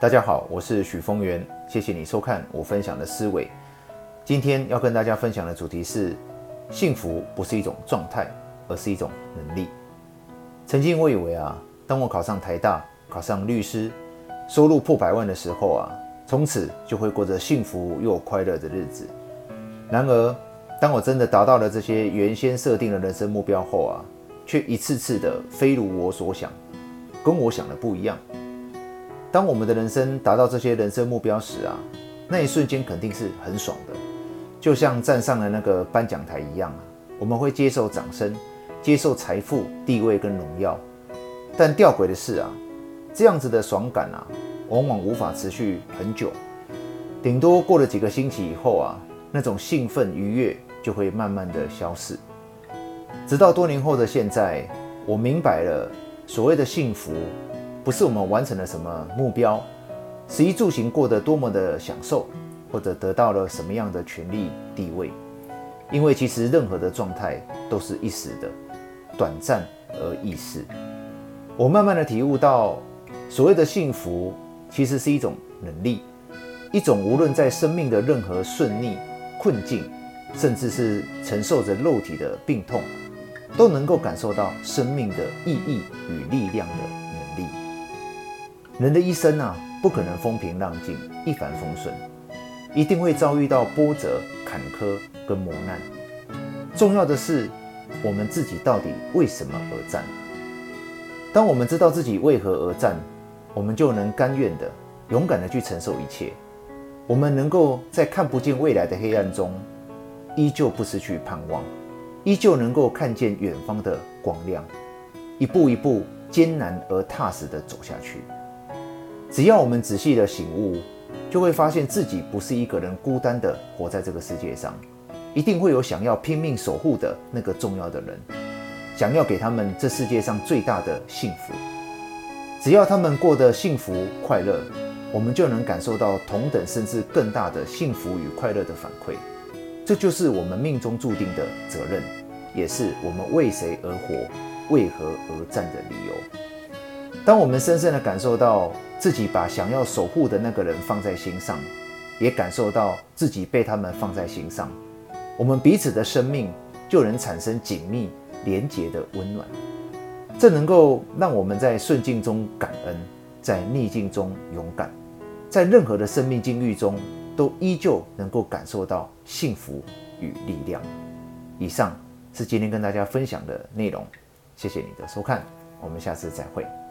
大家好，我是许峰源，谢谢你收看我分享的思维。今天要跟大家分享的主题是：幸福不是一种状态，而是一种能力。曾经我以为当我考上台大，考上律师，收入破100万的时候从此就会过着幸福又快乐的日子。然而，当我真的达到了这些原先设定的人生目标后却一次次的非如我所想，跟我想的不一样。当我们的人生达到这些人生目标时那一瞬间肯定是很爽的，就像站上了那个颁奖台一样我们会接受掌声，接受财富、地位跟荣耀。但吊诡的是这样子的爽感往往无法持续很久，顶多过了几个星期以后那种兴奋愉悦就会慢慢的消逝。直到多年后的现在，我明白了，所谓的幸福不是我们完成了什么目标，食衣住行过得多么的享受，或者得到了什么样的权利地位。因为其实任何的状态都是一时的，短暂而易逝。我慢慢的体悟到，所谓的幸福其实是一种能力，一种无论在生命的任何顺逆、困境，甚至是承受着肉体的病痛，都能够感受到生命的意义与力量的能力。人的一生不可能风平浪静、一帆风顺，一定会遭遇到波折、坎坷跟磨难。重要的是，我们自己到底为什么而战？当我们知道自己为何而战，我们就能甘愿的、勇敢的去承受一切。我们能够在看不见未来的黑暗中，依旧不失去盼望，依旧能够看见远方的光亮，一步一步艰难而踏实的走下去。只要我们仔细的醒悟，就会发现自己不是一个人孤单的活在这个世界上，一定会有想要拼命守护的那个重要的人，想要给他们这世界上最大的幸福。只要他们过得幸福快乐，我们就能感受到同等甚至更大的幸福与快乐的反馈。这就是我们命中注定的责任，也是我们为谁而活、为何而战的理由。当我们深深地感受到自己把想要守护的那个人放在心上，也感受到自己被他们放在心上，我们彼此的生命就能产生紧密连结的温暖。这能够让我们在顺境中感恩，在逆境中勇敢，在任何的生命境遇中都依旧能够感受到幸福与力量。以上是今天跟大家分享的内容，谢谢你的收看，我们下次再会。